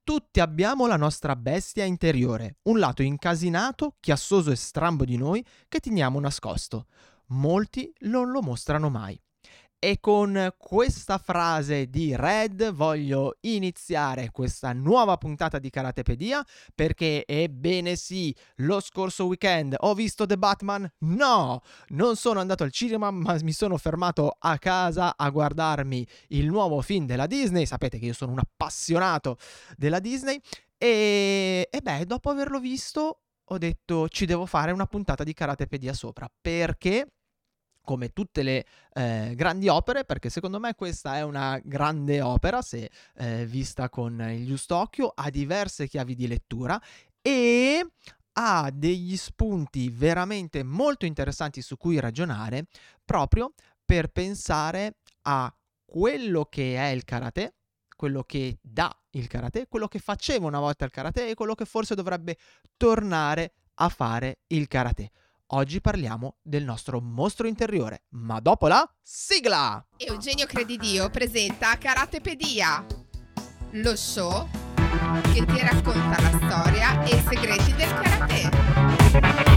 Tutti abbiamo la nostra bestia interiore, un lato incasinato, chiassoso e strambo di noi che teniamo nascosto. Molti non lo mostrano mai. E con questa frase di Red voglio iniziare questa nuova puntata di Karatepedia, perché ebbene sì, lo scorso weekend ho visto The Batman? No, non sono andato al cinema, ma mi sono fermato a casa a guardarmi il nuovo film della Disney. Sapete che io sono un appassionato della Disney e beh, dopo averlo visto ho detto ci devo fare una puntata di Karatepedia sopra, perché come tutte le grandi opere, perché secondo me questa è una grande opera se vista con il giusto occhio, ha diverse chiavi di lettura e ha degli spunti veramente molto interessanti su cui ragionare, proprio per pensare a quello che è il karate, quello che dà il karate, quello che faceva una volta il karate e quello che forse dovrebbe tornare a fare il karate. Oggi parliamo del nostro mostro interiore, ma dopo la sigla! Eugenio Credidio presenta Karatepedia, lo show che ti racconta la storia e i segreti del karate.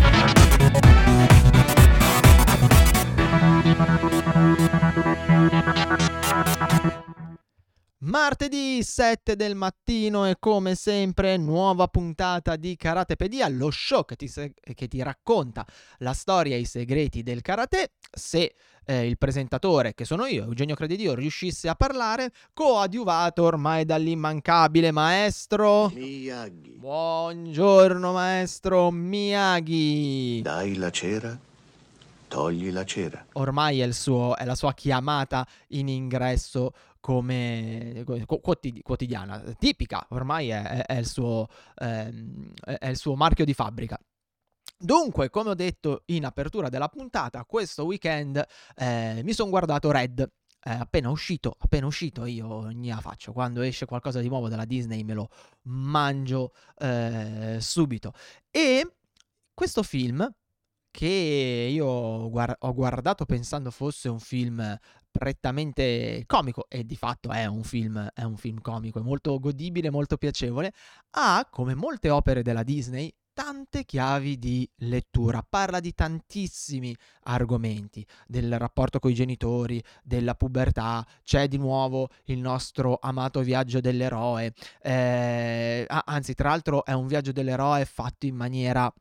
Martedì 7 del mattino e come sempre nuova puntata di Karatepedia, lo show che ti racconta la storia e i segreti del karate. Se il presentatore, che sono io, Eugenio Credidio, riuscisse a parlare, coadiuvato ormai dall'immancabile maestro Miyagi. Buongiorno maestro Miyagi. Dai la cera, togli la cera. Ormai è la sua chiamata in ingresso come quotidiana, tipica, ormai è il suo marchio di fabbrica. Dunque, come ho detto in apertura della puntata, questo weekend mi sono guardato Red. Appena uscito io ogni faccio, quando esce qualcosa di nuovo dalla Disney me lo mangio subito. E questo film, che io ho guardato pensando fosse un film prettamente comico, e di fatto è un film comico, è molto godibile, molto piacevole, ha, come molte opere della Disney, tante chiavi di lettura, parla di tantissimi argomenti, del rapporto coi genitori, della pubertà, c'è di nuovo il nostro amato viaggio dell'eroe, anzi tra l'altro è un viaggio dell'eroe fatto in maniera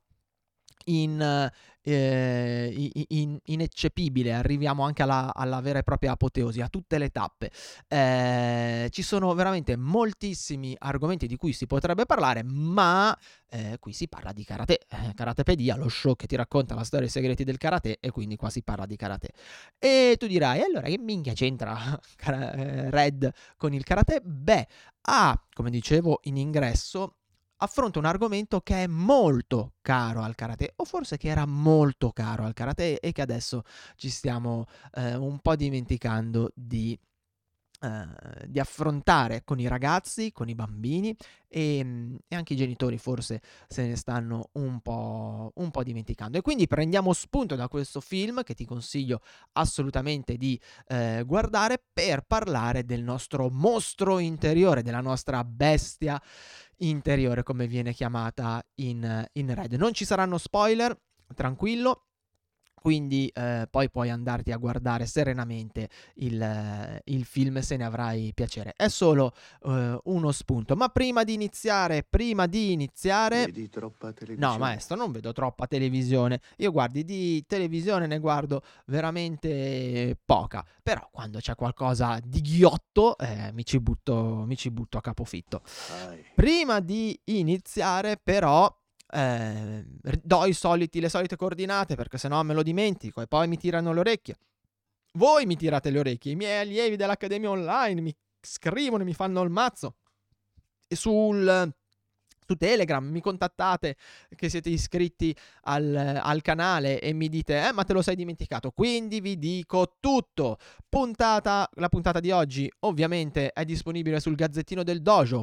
ineccepibile, arriviamo anche alla vera e propria apoteosi, a tutte le tappe. Ci sono veramente moltissimi argomenti di cui si potrebbe parlare, ma qui si parla di karate, Karatepedia, lo show che ti racconta la storia e i segreti del karate, e quindi qua si parla di karate. E tu dirai, allora che minchia c'entra Red con il karate? Beh, come dicevo in ingresso, affronta un argomento che è molto caro al karate, o forse che era molto caro al karate e che adesso ci stiamo un po' dimenticando di affrontare con i ragazzi, con i bambini e anche i genitori forse se ne stanno un po' dimenticando. E quindi prendiamo spunto da questo film che ti consiglio assolutamente di guardare, per parlare del nostro mostro interiore, della nostra bestia interiore, come viene chiamata in Red. Non ci saranno spoiler, tranquillo. Quindi poi puoi andarti a guardare serenamente il film se ne avrai piacere. È solo uno spunto. Ma prima di iniziare... Vedi troppa televisione? No, maestro, non vedo troppa televisione. Io guardi di televisione ne guardo veramente poca. Però quando c'è qualcosa di ghiotto mi ci butto a capofitto. Vai. Prima di iniziare però do le solite coordinate, perché sennò me lo dimentico e poi mi tirano le orecchie. Voi mi tirate le orecchie, i miei allievi dell'Accademia Online mi scrivono e mi fanno il mazzo. E sul su Telegram, mi contattate che siete iscritti al canale e mi dite ma te lo sei dimenticato, quindi vi dico tutto. La puntata di oggi ovviamente è disponibile sul Gazzettino del Dojo,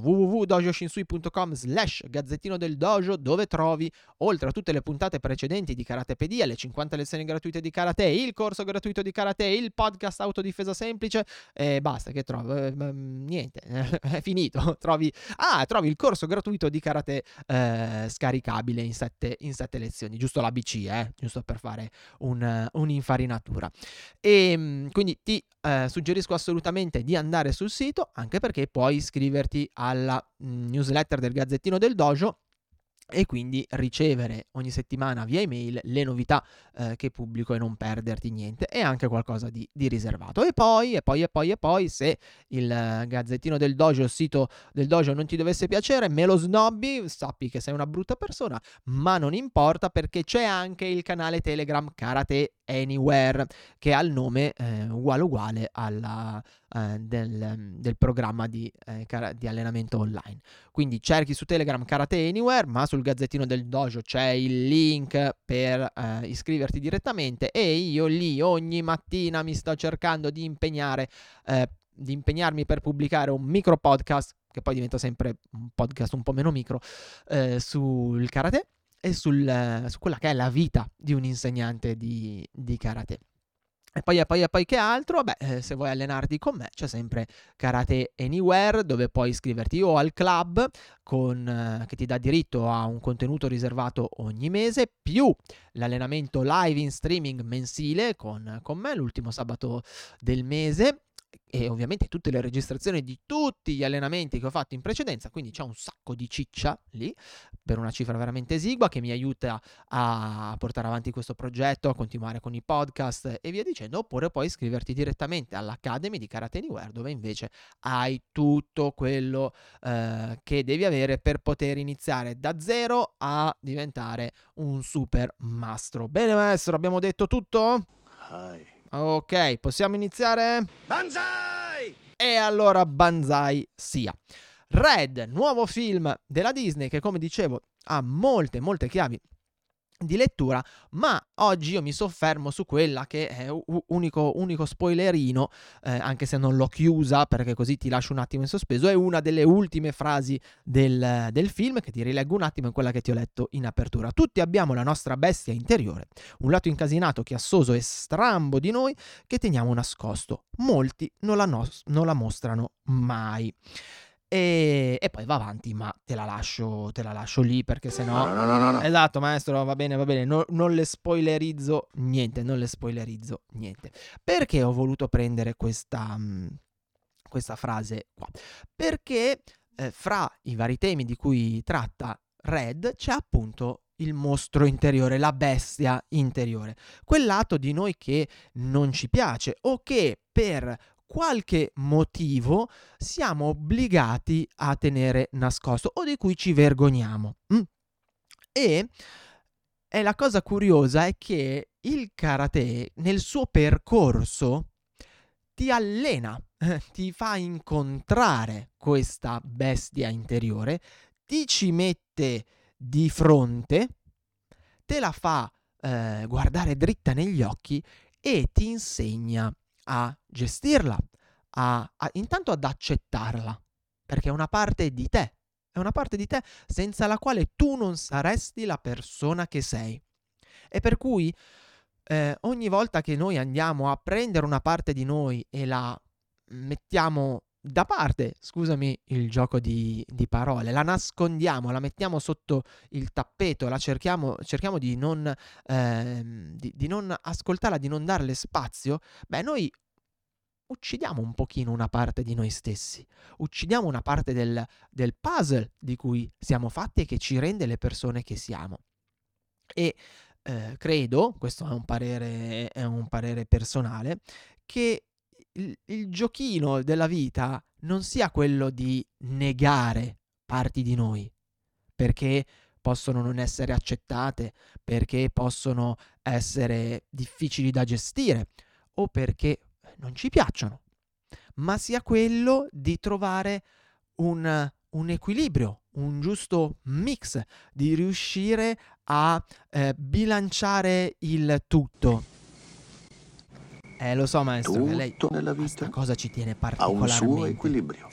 www.dojoshinsui.com/Gazzettino del Dojo, dove trovi, oltre a tutte le puntate precedenti di Karatepedia, le 50 lezioni gratuite di karate, il corso gratuito di karate, il podcast autodifesa semplice e basta, che trovi? Niente, è finito. Trovi il corso gratuito di karate scaricabile in 7 lezioni, giusto l'ABC, giusto per fare un'infarinatura. E quindi ti suggerisco assolutamente di andare sul sito, anche perché puoi iscriverti alla newsletter del Gazzettino del Dojo e quindi ricevere ogni settimana via email le novità che pubblico e non perderti niente, e anche qualcosa di riservato. E poi, se il Gazzettino del Dojo, il sito del Dojo, non ti dovesse piacere, me lo snobbi, sappi che sei una brutta persona, ma non importa, perché c'è anche il canale Telegram Karate Anywhere, che ha il nome uguale alla del programma di allenamento online. Quindi cerchi su Telegram Karate Anywhere, ma sul Gazzettino del Dojo c'è il link per iscriverti direttamente, e io lì ogni mattina mi sto cercando di impegnarmi per pubblicare un micro podcast, che poi diventa sempre un podcast un po' meno micro, sul karate e su quella che è la vita di un insegnante di karate. E poi che altro? Se vuoi allenarti con me c'è sempre Karate Anywhere, dove puoi iscriverti o al club che ti dà diritto a un contenuto riservato ogni mese, più l'allenamento live in streaming mensile con me l'ultimo sabato del mese, e ovviamente tutte le registrazioni di tutti gli allenamenti che ho fatto in precedenza. Quindi c'è un sacco di ciccia lì, per una cifra veramente esigua, che mi aiuta a portare avanti questo progetto, a continuare con i podcast e via dicendo. Oppure puoi iscriverti direttamente all'Academy di Karate Anywhere, dove invece hai tutto quello che devi avere per poter iniziare da zero a diventare un super mastro. Bene maestro, abbiamo detto tutto? Ok, possiamo iniziare? Banzai! E allora banzai sia. Red, nuovo film della Disney che, come dicevo, ha molte chiavi di lettura, ma oggi io mi soffermo su quella che è unico spoilerino, anche se non l'ho chiusa perché così ti lascio un attimo in sospeso. È una delle ultime frasi del film, che ti rileggo un attimo, in quella che ti ho letto in apertura. Tutti abbiamo la nostra bestia interiore, un lato incasinato, chiassoso e strambo di noi che teniamo nascosto. Molti non la mostrano mai. E poi va avanti, ma te la lascio lì, perché sennò No. Esatto maestro, va bene, non le spoilerizzo niente. Perché ho voluto prendere questa frase qua? Perché fra i vari temi di cui tratta Red c'è appunto il mostro interiore, la bestia interiore, quel lato di noi che non ci piace, o che per qualche motivo siamo obbligati a tenere nascosto, o di cui ci vergogniamo. E la cosa curiosa è che il karate, nel suo percorso, ti allena, ti fa incontrare questa bestia interiore, ti ci mette di fronte, te la fa guardare dritta negli occhi e ti insegna a gestirla, intanto ad accettarla, perché è una parte di te. È una parte di te senza la quale tu non saresti la persona che sei. E per cui ogni volta che noi andiamo a prendere una parte di noi e la mettiamo da parte, scusami il gioco di parole, la nascondiamo, la mettiamo sotto il tappeto, la cerchiamo di non ascoltarla, di non darle spazio, noi uccidiamo un pochino una parte di noi stessi, uccidiamo una parte del puzzle di cui siamo fatti e che ci rende le persone che siamo. E credo, questo è un parere personale, che il giochino della vita non sia quello di negare parti di noi, perché possono non essere accettate, perché possono essere difficili da gestire, o perché non ci piacciono, ma sia quello di trovare un un equilibrio, un giusto mix, di riuscire a bilanciare il tutto. Lo so, maestro, che lei Tutto nella a sta vita cosa ci tiene ha un suo particolarmente. equilibrio.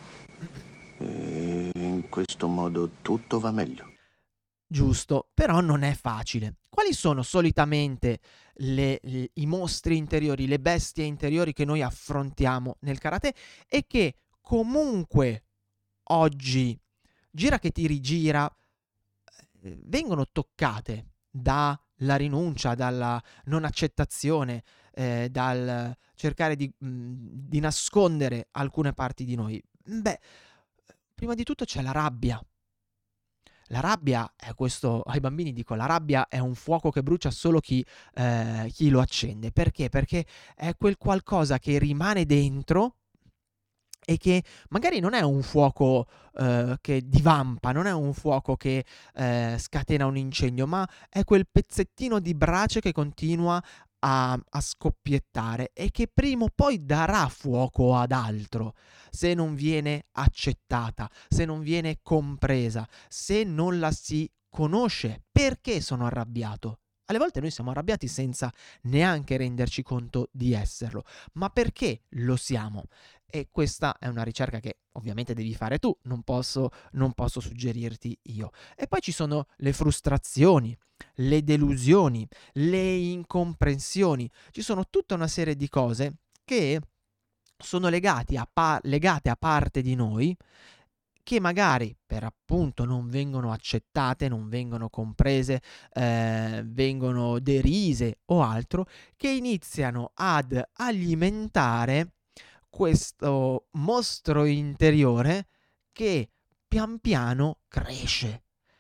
E in questo modo tutto va meglio. Giusto, però non è facile. Quali sono solitamente i mostri interiori, le bestie interiori che noi affrontiamo nel karate e che comunque oggi, gira che ti rigira, vengono toccate dalla rinuncia, dalla non accettazione, dal cercare di nascondere alcune parti di noi? Beh, prima di tutto c'è la rabbia. La rabbia è questo, ai bambini dico, la rabbia è un fuoco che brucia solo chi lo accende. Perché? Perché è quel qualcosa che rimane dentro e che magari non è un fuoco che divampa, non è un fuoco che scatena un incendio, ma è quel pezzettino di brace che continua a scoppiettare e che prima o poi darà fuoco ad altro se non viene accettata, se non viene compresa, se non la si conosce. Perché sono arrabbiato? Alle volte noi siamo arrabbiati senza neanche renderci conto di esserlo, ma perché lo siamo? E questa è una ricerca che ovviamente devi fare tu, non posso suggerirti io. E poi ci sono le frustrazioni, le delusioni, le incomprensioni, ci sono tutta una serie di cose che sono legate a parte di noi che magari per appunto non vengono accettate, non vengono comprese, vengono derise o altro, che iniziano ad alimentare questo mostro interiore che pian piano cresce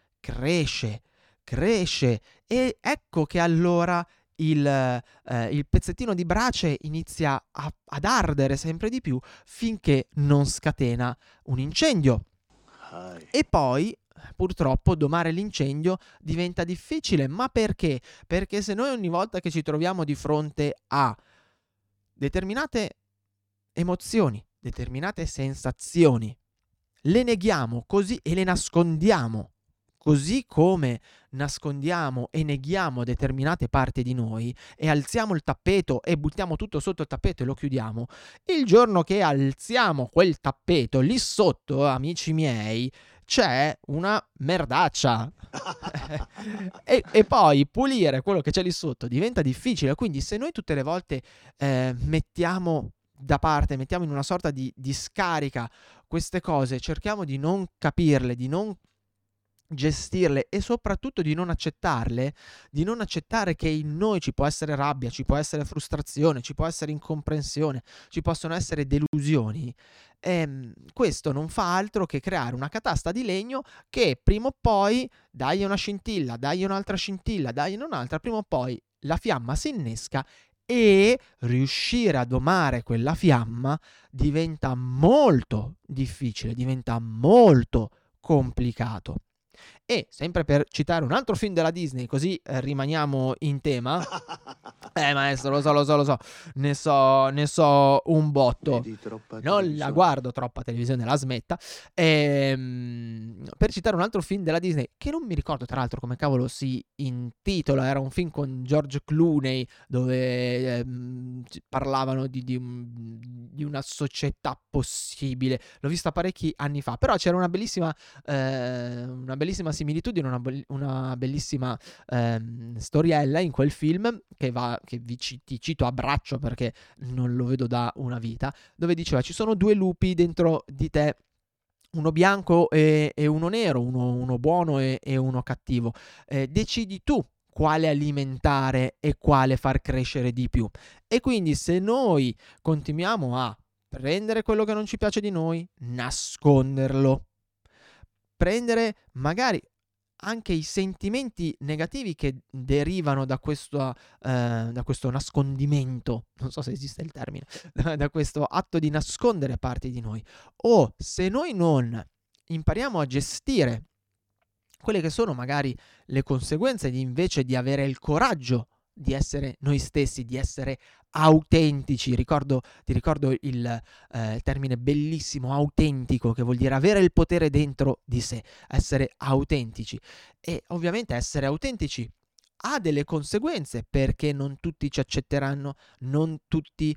e ecco che allora il pezzettino di brace inizia ad ardere sempre di più finché non scatena un incendio. E poi, purtroppo, domare l'incendio diventa difficile. Ma perché? Perché se noi ogni volta che ci troviamo di fronte a determinate emozioni, determinate sensazioni, le neghiamo così e le nascondiamo, così come nascondiamo e neghiamo determinate parti di noi e alziamo il tappeto e buttiamo tutto sotto il tappeto e lo chiudiamo, il giorno che alziamo quel tappeto lì sotto, amici miei, c'è una merdaccia. e poi pulire quello che c'è lì sotto diventa difficile. Quindi se noi tutte le volte mettiamo da parte, mettiamo in una sorta di scarica queste cose, cerchiamo di non capirle, di non gestirle e soprattutto di non accettarle, di non accettare che in noi ci può essere rabbia, ci può essere frustrazione, ci può essere incomprensione, ci possono essere delusioni, questo non fa altro che creare una catasta di legno che prima o poi dai una scintilla, dai un'altra scintilla, dai un'altra, prima o poi la fiamma si innesca e riuscire a domare quella fiamma diventa molto difficile, diventa molto complicato. E sempre per citare un altro film della Disney, così rimaniamo in tema. Maestro, lo so, ne so un botto. Non la guardo troppa televisione, la smetta. Per citare un altro film della Disney, che non mi ricordo tra l'altro come cavolo si intitola, era un film con George Clooney dove parlavano di una società possibile. L'ho vista parecchi anni fa, però c'era una bellissima similitudine, una bellissima storiella in quel film che ti cito a braccio perché non lo vedo da una vita, dove diceva: ci sono due lupi dentro di te, uno bianco e uno nero, uno buono e uno cattivo, decidi tu quale alimentare e quale far crescere di più. E quindi se noi continuiamo a prendere quello che non ci piace di noi, nasconderlo, prendere magari anche i sentimenti negativi che derivano da questo nascondimento, non so se esiste il termine, da questo atto di nascondere parti di noi, o se noi non impariamo a gestire quelle che sono magari le conseguenze invece di avere il coraggio di essere noi stessi, di essere autentici. Ti ricordo il termine bellissimo autentico, che vuol dire avere il potere dentro di sé, essere autentici. E ovviamente essere autentici ha delle conseguenze, perché non tutti ci accetteranno, non tutti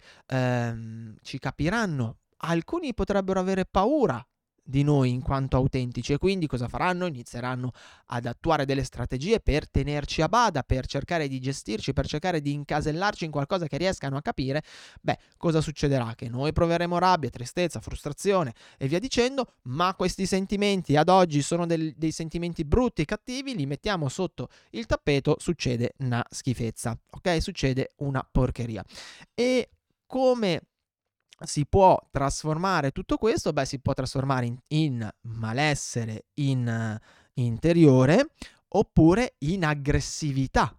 ci capiranno. Alcuni potrebbero avere paura di noi in quanto autentici, e quindi cosa faranno? Inizieranno ad attuare delle strategie per tenerci a bada, per cercare di gestirci, per cercare di incasellarci in qualcosa che riescano a capire. Beh, cosa succederà? Che noi proveremo rabbia, tristezza, frustrazione e via dicendo, ma questi sentimenti ad oggi sono dei sentimenti brutti e cattivi, li mettiamo sotto il tappeto, succede una schifezza, ok? Succede una porcheria. E come si può trasformare tutto questo? Beh, si può trasformare in malessere interiore, oppure in aggressività.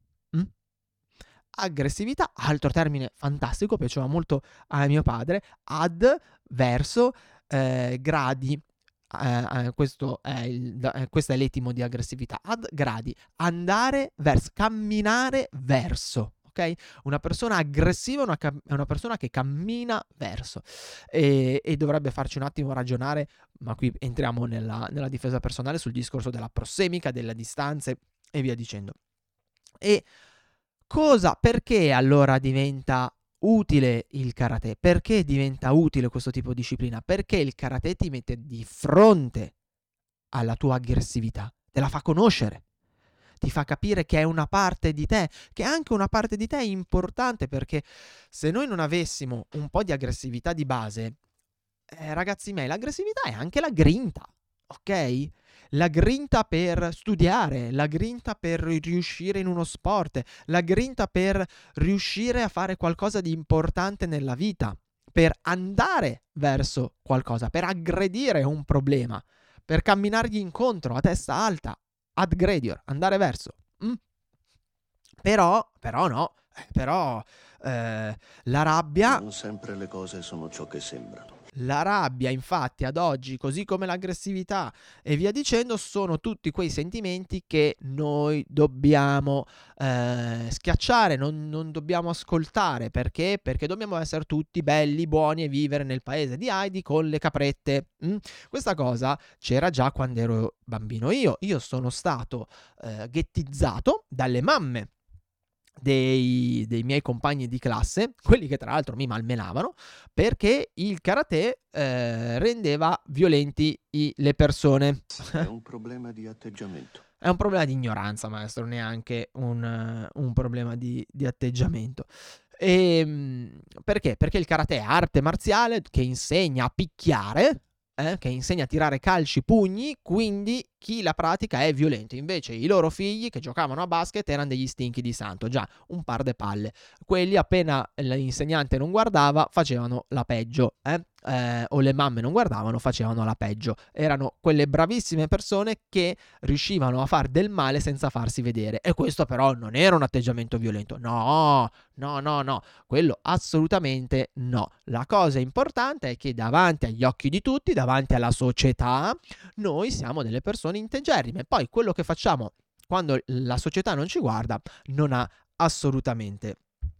Aggressività, altro termine fantastico, piaceva molto a mio padre, verso gradi. Questo è l'etimo di aggressività. Ad gradi, andare verso, camminare verso. Ok? Una persona aggressiva è una persona che cammina verso, e dovrebbe farci un attimo ragionare, ma qui entriamo nella difesa personale, sul discorso della prossemica, delle distanze e via dicendo. E perché allora diventa utile il karate? Perché diventa utile questo tipo di disciplina? Perché il karate ti mette di fronte alla tua aggressività, te la fa conoscere, ti fa capire che è una parte di te, che è anche una parte di te importante, perché se noi non avessimo un po' di aggressività di base, ragazzi miei, l'aggressività è anche la grinta, ok? La grinta per studiare, la grinta per riuscire in uno sport, la grinta per riuscire a fare qualcosa di importante nella vita, per andare verso qualcosa, per aggredire un problema, per camminargli incontro a testa alta, ad gradior, andare verso. Però no, la rabbia... Non sempre le cose sono ciò che sembrano. La rabbia, infatti, ad oggi, così come l'aggressività e via dicendo, sono tutti quei sentimenti che noi dobbiamo schiacciare, non dobbiamo ascoltare. Perché? Perché dobbiamo essere tutti belli, buoni e vivere nel paese di Heidi con le caprette. Questa cosa c'era già quando ero bambino io. Io sono stato ghettizzato dalle mamme dei miei compagni di classe, quelli che tra l'altro mi malmenavano, perché il karate rendeva violenti le persone. È un problema di atteggiamento. È un problema di ignoranza, maestro, neanche un problema di atteggiamento. Perché? Perché il karate è arte marziale che insegna a picchiare, che insegna a tirare calci, pugni, quindi chi la pratica è violento. Invece i loro figli che giocavano a basket erano degli stinchi di santo, già un par de palle. Quelli appena l'insegnante non guardava facevano la peggio, o le mamme non guardavano facevano la peggio. Erano quelle bravissime persone che riuscivano a far del male senza farsi vedere, e questo però non era un atteggiamento violento. No, quello assolutamente no. La cosa importante è che davanti agli occhi di tutti, davanti alla società, noi siamo delle persone integerrime. Poi quello che facciamo quando la società non ci guarda non ha assolutamente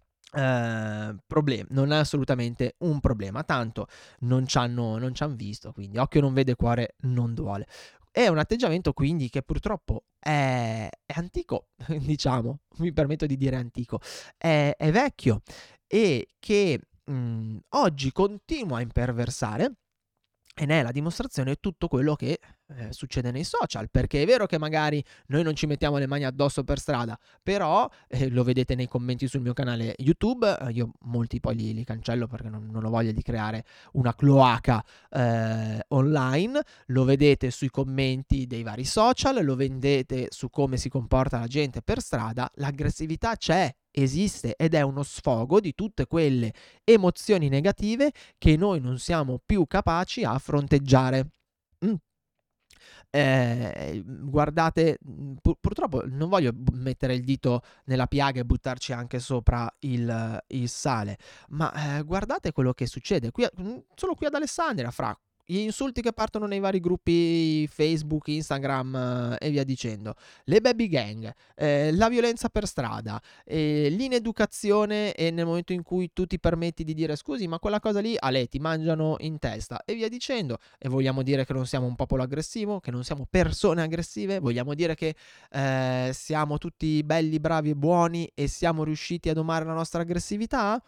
problemi, non è assolutamente un problema, tanto non ci hanno visto, quindi occhio non vede, cuore non duole. È un atteggiamento quindi che purtroppo è antico, diciamo, mi permetto di dire antico, è vecchio, e che oggi continua a imperversare. E ne è la dimostrazione tutto quello che succede nei social, perché è vero che magari noi non ci mettiamo le mani addosso per strada, però lo vedete nei commenti sul mio canale YouTube, io molti poi li cancello perché non ho voglia di creare una cloaca online, lo vedete sui commenti dei vari social, lo vedete su come si comporta la gente per strada. L'aggressività c'è, esiste, ed è uno sfogo di tutte quelle emozioni negative che noi non siamo più capaci a fronteggiare. Guardate, purtroppo non voglio mettere il dito nella piaga e buttarci anche sopra il sale, ma guardate quello che succede qui, solo qui ad Alessandria, fra gli insulti che partono nei vari gruppi Facebook, Instagram e via dicendo, le baby gang, la violenza per strada, l'ineducazione, e nel momento in cui tu ti permetti di dire scusi ma quella cosa lì a lei ti mangiano in testa e via dicendo, e vogliamo dire che non siamo un popolo aggressivo, che non siamo persone aggressive, vogliamo dire che siamo tutti belli, bravi e buoni e siamo riusciti a domare la nostra aggressività?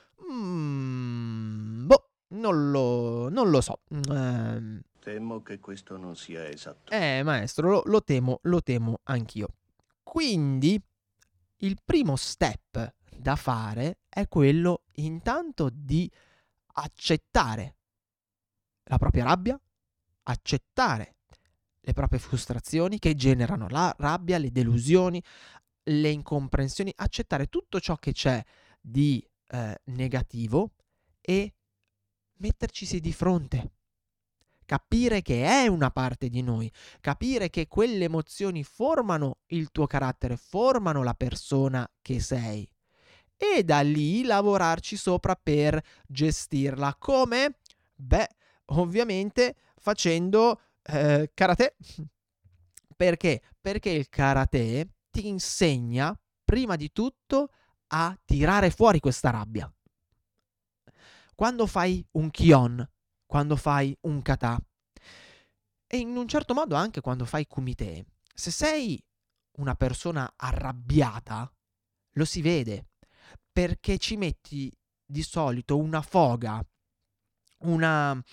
Boh, non lo so. Temo che questo non sia esatto. Maestro, lo temo anch'io. Quindi il primo step da fare è quello intanto di accettare la propria rabbia, accettare le proprie frustrazioni che generano la rabbia, le delusioni, le incomprensioni, accettare tutto ciò che c'è di negativo e mettercisi di fronte. Capire che è una parte di noi, capire che quelle emozioni formano il tuo carattere, formano la persona che sei. E da lì lavorarci sopra per gestirla. Come? Beh, ovviamente facendo karate. Perché? Perché il karate ti insegna, prima di tutto, a tirare fuori questa rabbia. Quando fai un kion, quando fai un kata, e in un certo modo anche quando fai kumite, se sei una persona arrabbiata, lo si vede, perché ci metti di solito una foga, come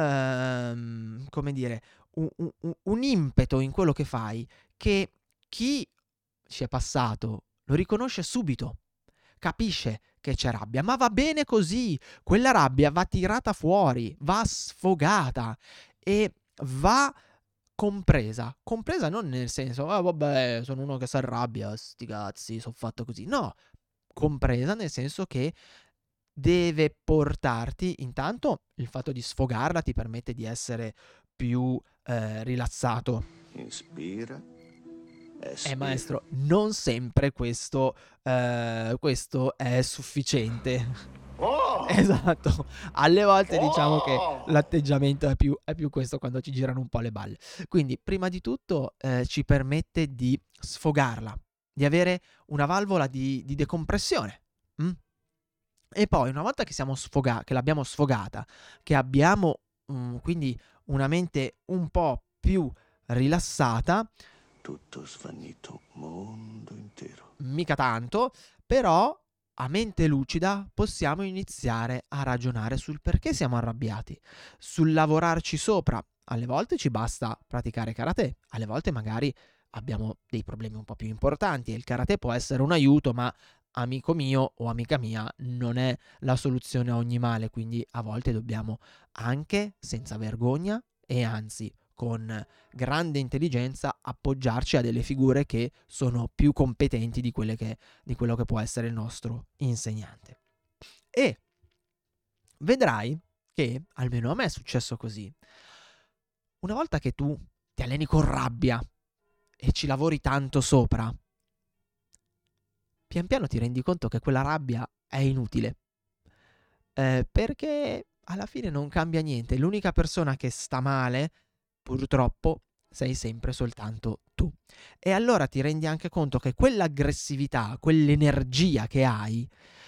dire, un impeto in quello che fai, che chi ci è passato lo riconosce subito, capisce che c'è rabbia, ma va bene così, quella rabbia va tirata fuori, va sfogata e va compresa non nel senso, vabbè, sono uno che si arrabbia, sti cazzi, sono fatto così, no, compresa nel senso che deve portarti, intanto il fatto di sfogarla ti permette di essere più rilassato. Inspira, espira. Maestro, non sempre questo è sufficiente. Oh! Esatto, alle volte diciamo che l'atteggiamento è più questo, quando ci girano un po' le balle. Quindi prima di tutto ci permette di sfogarla, di avere una valvola di decompressione. E poi una volta che che l'abbiamo sfogata, che abbiamo quindi una mente un po' più rilassata, Tutto svanito, mondo intero. mica tanto, però a mente lucida possiamo iniziare a ragionare sul perché siamo arrabbiati, sul lavorarci sopra. Alle volte ci basta praticare karate, alle volte magari abbiamo dei problemi un po' più importanti e il karate può essere un aiuto, ma amico mio o amica mia non è la soluzione a ogni male, quindi a volte dobbiamo anche, senza vergogna e anzi con grande intelligenza, appoggiarci a delle figure che sono più competenti di quello che può essere il nostro insegnante. E vedrai che, almeno a me è successo così, una volta che tu ti alleni con rabbia e ci lavori tanto sopra, pian piano ti rendi conto che quella rabbia è inutile, perché alla fine non cambia niente. L'unica persona che sta male, purtroppo, sei sempre soltanto tu. E allora ti rendi anche conto che quell'aggressività, quell'energia che hai,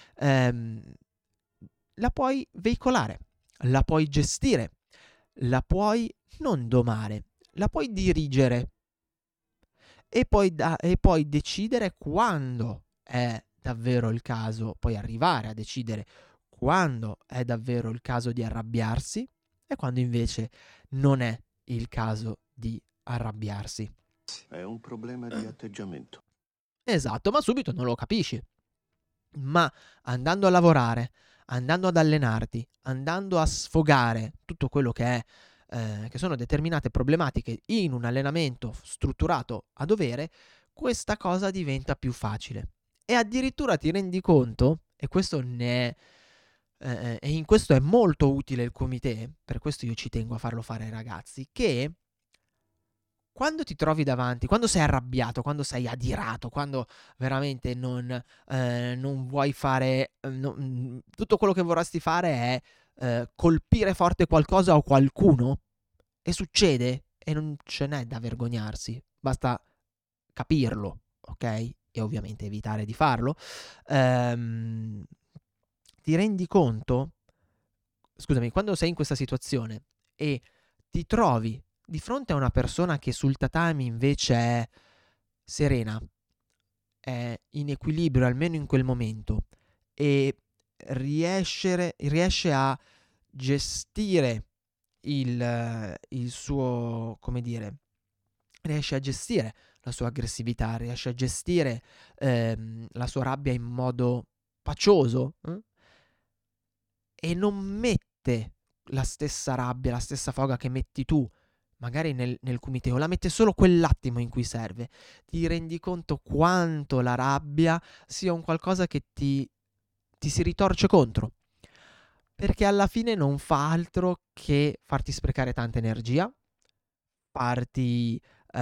la puoi veicolare, la puoi gestire, la puoi non domare, la puoi dirigere e poi decidere quando è davvero il caso, puoi arrivare a decidere quando è davvero il caso di arrabbiarsi e quando invece non è il caso di arrabbiarsi. È un problema di atteggiamento. Esatto, ma subito non lo capisci. Ma andando a lavorare, andando ad allenarti, andando a sfogare tutto quello che sono determinate problematiche in un allenamento strutturato a dovere, questa cosa diventa più facile. E addirittura ti rendi conto, e questo e in questo è molto utile il comité, per questo io ci tengo a farlo fare ai ragazzi, che quando ti trovi davanti, quando sei arrabbiato, quando sei adirato, quando veramente non vuoi fare, tutto quello che vorresti fare è colpire forte qualcosa o qualcuno, e succede, e non ce n'è da vergognarsi, basta capirlo, ok? E ovviamente evitare di farlo. Ti rendi conto, scusami, quando sei in questa situazione e ti trovi di fronte a una persona che sul tatami invece è serena, è in equilibrio almeno in quel momento, e riesce a gestire il suo, come dire, riesce a gestire la sua aggressività, riesce a gestire la sua rabbia in modo pacioso, e non mette la stessa rabbia, la stessa foga che metti tu, magari nel cumiteo, la mette solo quell'attimo in cui serve. Ti rendi conto quanto la rabbia sia un qualcosa che ti si ritorce contro, perché alla fine non fa altro che farti sprecare tanta energia, farti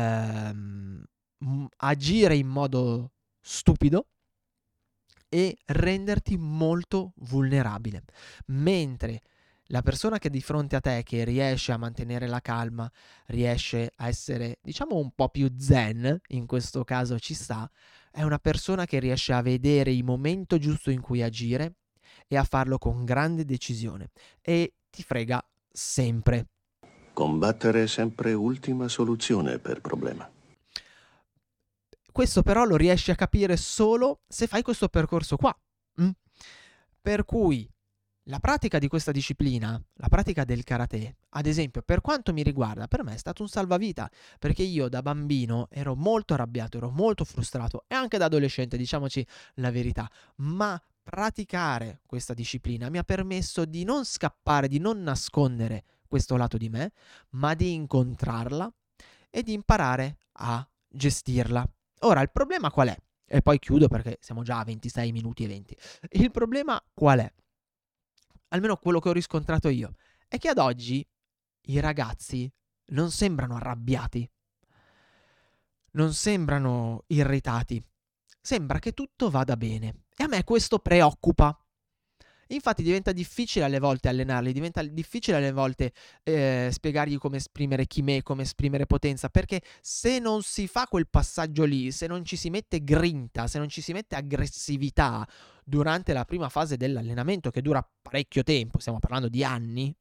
agire in modo stupido e renderti molto vulnerabile. Mentre la persona che è di fronte a te, che riesce a mantenere la calma, riesce a essere, diciamo, un po' più zen, in questo caso ci sta, è una persona che riesce a vedere il momento giusto in cui agire e a farlo con grande decisione, e ti frega sempre. Combattere è sempre ultima soluzione per problema. Questo però lo riesci a capire solo se fai questo percorso qua. Per cui la pratica di questa disciplina, la pratica del karate, ad esempio, per quanto mi riguarda, per me è stato un salvavita, perché io da bambino ero molto arrabbiato, ero molto frustrato, e anche da adolescente, diciamoci la verità, ma praticare questa disciplina mi ha permesso di non scappare, di non nascondere questo lato di me, ma di incontrarla e di imparare a gestirla. Ora, il problema qual è? E poi chiudo perché siamo già a 26 minuti e 20. Il problema qual è? Almeno quello che ho riscontrato io, è che ad oggi i ragazzi non sembrano arrabbiati, non sembrano irritati, sembra che tutto vada bene, e a me questo preoccupa. Infatti diventa difficile alle volte allenarli, diventa difficile alle volte spiegargli come esprimere chimè, come esprimere potenza, perché se non si fa quel passaggio lì, se non ci si mette grinta, se non ci si mette aggressività durante la prima fase dell'allenamento, che dura parecchio tempo, stiamo parlando di anni,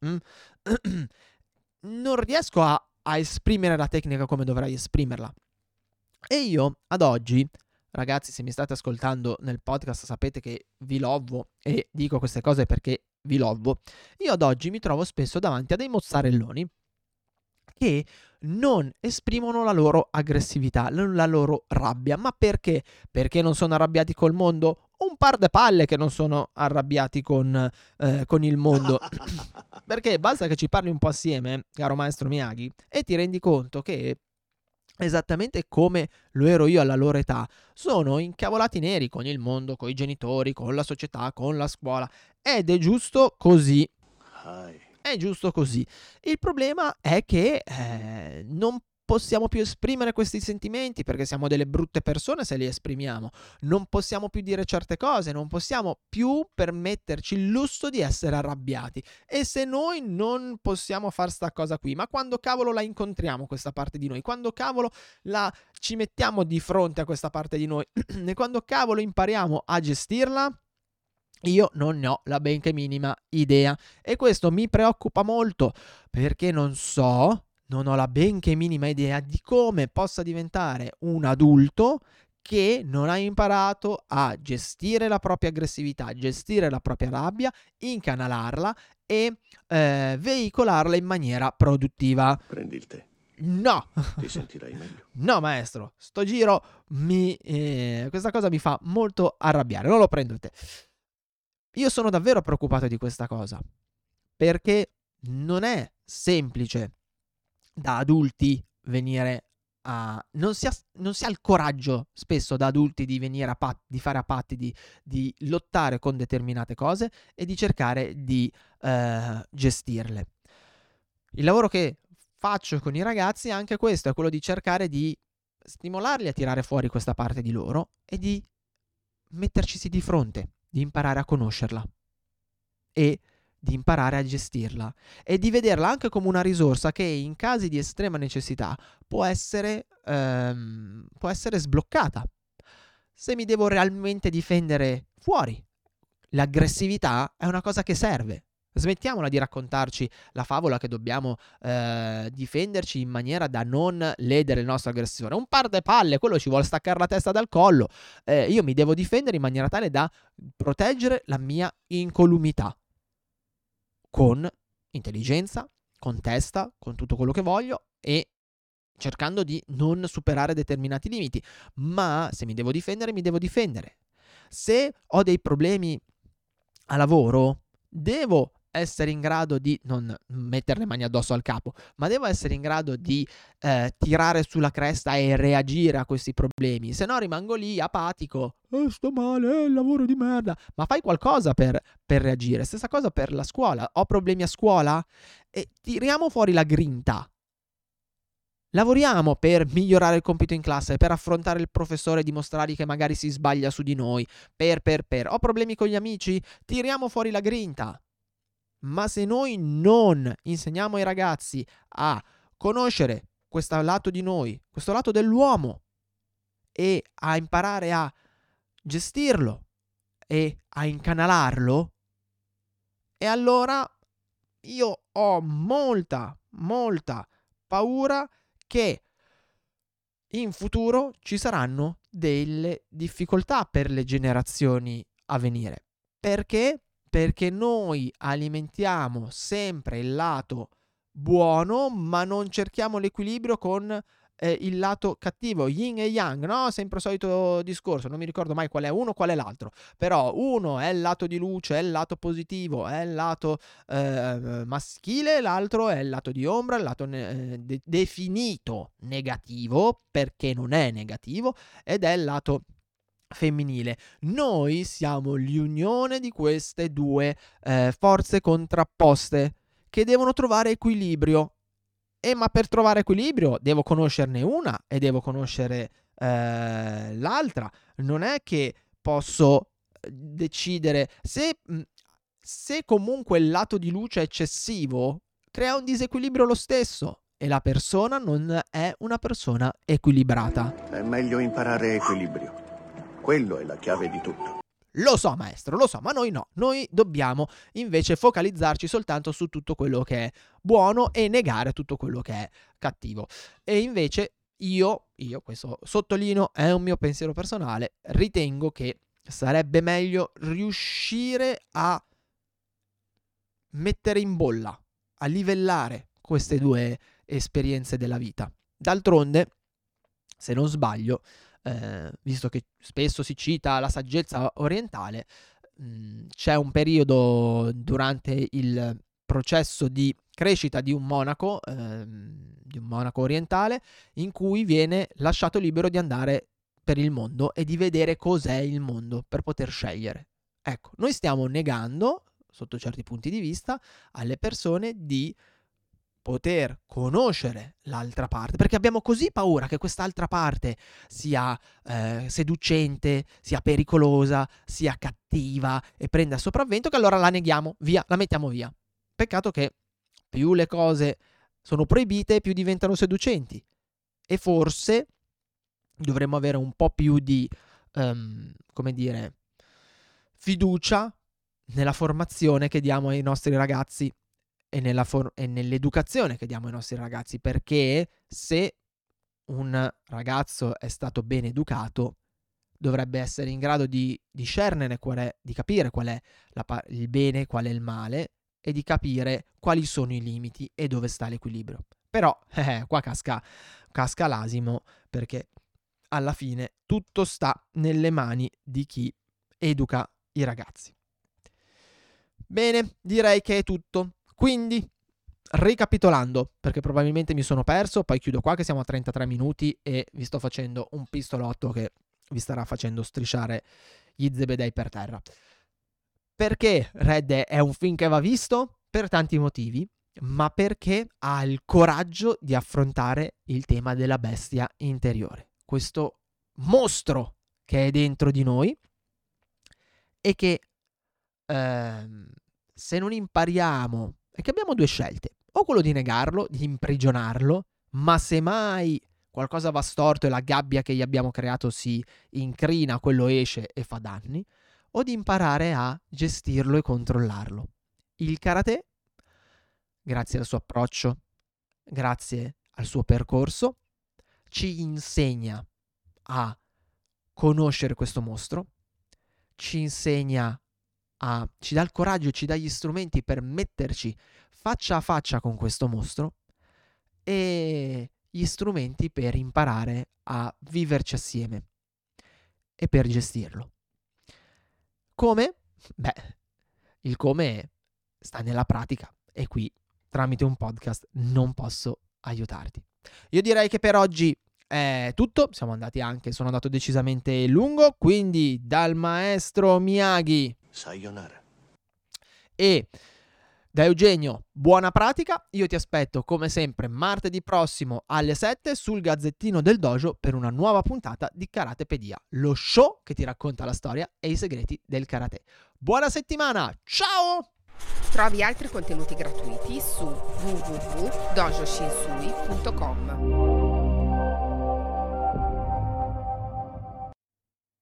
non riesco a esprimere la tecnica come dovrei esprimerla. E io ad oggi, ragazzi, se mi state ascoltando nel podcast sapete che vi lovo e dico queste cose perché vi lovo. Io ad oggi mi trovo spesso davanti a dei mozzarelloni che non esprimono la loro aggressività, la loro rabbia. Ma perché? Perché non sono arrabbiati col mondo? Un par de palle che non sono arrabbiati con il mondo. Perché basta che ci parli un po' assieme, caro maestro Miyagi, e ti rendi conto che, esattamente come lo ero io alla loro età, sono incavolati neri con il mondo, con i genitori, con la società, con la scuola, ed è giusto così. È giusto così. Il problema è che non possiamo più esprimere questi sentimenti, perché siamo delle brutte persone se li esprimiamo. Non possiamo più dire certe cose, non possiamo più permetterci il lusso di essere arrabbiati. E se noi non possiamo fare sta cosa qui, ma quando cavolo la incontriamo questa parte di noi? Quando cavolo ci mettiamo di fronte a questa parte di noi? E quando cavolo impariamo a gestirla? Io non ne ho la benché minima idea, e questo mi preoccupa molto, perché non ho la benché minima idea di come possa diventare un adulto che non ha imparato a gestire la propria aggressività, gestire la propria rabbia, incanalarla e veicolarla in maniera produttiva. Prendi il tè. No! Ti sentirai meglio. No, maestro, sto giro questa cosa mi fa molto arrabbiare, non lo prendo il tè. Io sono davvero preoccupato di questa cosa, perché non è semplice da adulti venire a... Non si ha il coraggio spesso da adulti di venire di fare a patti, di lottare con determinate cose e di cercare di gestirle. Il lavoro che faccio con i ragazzi è anche questo, è quello di cercare di stimolarli a tirare fuori questa parte di loro e di mettercisi di fronte, di imparare a conoscerla e di imparare a gestirla e di vederla anche come una risorsa che in casi di estrema necessità può essere sbloccata. Se mi devo realmente difendere fuori, l'aggressività è una cosa che serve. Smettiamola di raccontarci la favola che dobbiamo difenderci in maniera da non ledere il nostro aggressore. Un par de palle, quello ci vuole staccare la testa dal collo. Io mi devo difendere in maniera tale da proteggere la mia incolumità. Con intelligenza, con testa, con tutto quello che voglio e cercando di non superare determinati limiti. Ma se mi devo difendere, mi devo difendere. Se ho dei problemi a lavoro, devo essere in grado di non mettere le mani addosso al capo, ma devo essere in grado di tirare sulla cresta e reagire a questi problemi. Se no rimango lì apatico, sto male, il lavoro di merda. Ma fai qualcosa per reagire. Stessa cosa per la scuola. Ho problemi a scuola? E tiriamo fuori la grinta. Lavoriamo per migliorare il compito in classe, per affrontare il professore e dimostrargli che magari si sbaglia su di noi, Ho problemi con gli amici? Tiriamo fuori la grinta. Ma se noi non insegniamo ai ragazzi a conoscere questo lato di noi, questo lato dell'uomo, e a imparare a gestirlo e a incanalarlo, e allora io ho molta paura che in futuro ci saranno delle difficoltà per le generazioni a venire. Perché? Perché noi alimentiamo sempre il lato buono, ma non cerchiamo l'equilibrio con il lato cattivo, yin e yang, no? Sempre il solito discorso, non mi ricordo mai qual è uno, qual è l'altro, però uno è il lato di luce, è il lato positivo, è il lato maschile, l'altro è il lato di ombra, il lato definito negativo, perché non è negativo, ed è il lato femminile. Noi siamo l'unione di queste due forze contrapposte che devono trovare equilibrio. Ma per trovare equilibrio devo conoscerne una e devo conoscere l'altra. Non è che posso decidere se comunque il lato di luce è eccessivo, crea un disequilibrio lo stesso e la persona non è una persona equilibrata. È meglio imparare equilibrio. Quello è la chiave di tutto. Lo so, maestro, lo so, ma noi no. Noi dobbiamo invece focalizzarci soltanto su tutto quello che è buono e negare tutto quello che è cattivo. E invece io questo sottolineo, è un mio pensiero personale, ritengo che sarebbe meglio riuscire a mettere in bolla, a livellare queste due esperienze della vita. D'altronde, se non sbaglio, visto che spesso si cita la saggezza orientale, c'è un periodo durante il processo di crescita di un monaco orientale, in cui viene lasciato libero di andare per il mondo e di vedere cos'è il mondo per poter scegliere. Ecco, noi stiamo negando, sotto certi punti di vista, alle persone di poter conoscere l'altra parte, perché abbiamo così paura che quest'altra parte sia seducente, sia pericolosa, sia cattiva e prenda sopravvento, che allora la neghiamo, via, la mettiamo via. Peccato che più le cose sono proibite, più diventano seducenti, e forse dovremmo avere un po' più di fiducia nella formazione che diamo ai nostri ragazzi e nell'educazione che diamo ai nostri ragazzi, perché se un ragazzo è stato ben educato dovrebbe essere in grado di discernere di capire qual è il bene, qual è il male, e di capire quali sono i limiti e dove sta l'equilibrio. Però qua casca l'asino, perché alla fine tutto sta nelle mani di chi educa i ragazzi. Bene, direi che è tutto. Quindi, ricapitolando, perché probabilmente mi sono perso, poi chiudo qua che siamo a 33 minuti e vi sto facendo un pistolotto che vi starà facendo strisciare gli zebedei per terra. Perché Red è un film che va visto? Per tanti motivi, ma perché ha il coraggio di affrontare il tema della bestia interiore. Questo mostro che è dentro di noi e che se non impariamo è che abbiamo due scelte: o quello di negarlo, di imprigionarlo, ma se mai qualcosa va storto e la gabbia che gli abbiamo creato si incrina, quello esce e fa danni, o di imparare a gestirlo e controllarlo. Il karate, grazie al suo approccio, grazie al suo percorso, ci insegna a conoscere questo mostro, ci dà il coraggio, ci dà gli strumenti per metterci faccia a faccia con questo mostro e gli strumenti per imparare a viverci assieme e per gestirlo. Come? Beh, il come sta nella pratica e qui tramite un podcast non posso aiutarti. Io direi che per oggi è tutto, sono andato decisamente lungo, quindi dal maestro Miyagi Sayonara. e da Eugenio, buona pratica. Io ti aspetto come sempre martedì prossimo alle 7 sul Gazzettino del Dojo per una nuova puntata di Karatepedia, lo show che ti racconta la storia e i segreti del karate. Buona settimana, ciao! Trovi altri contenuti gratuiti su www.dojoshinsui.com.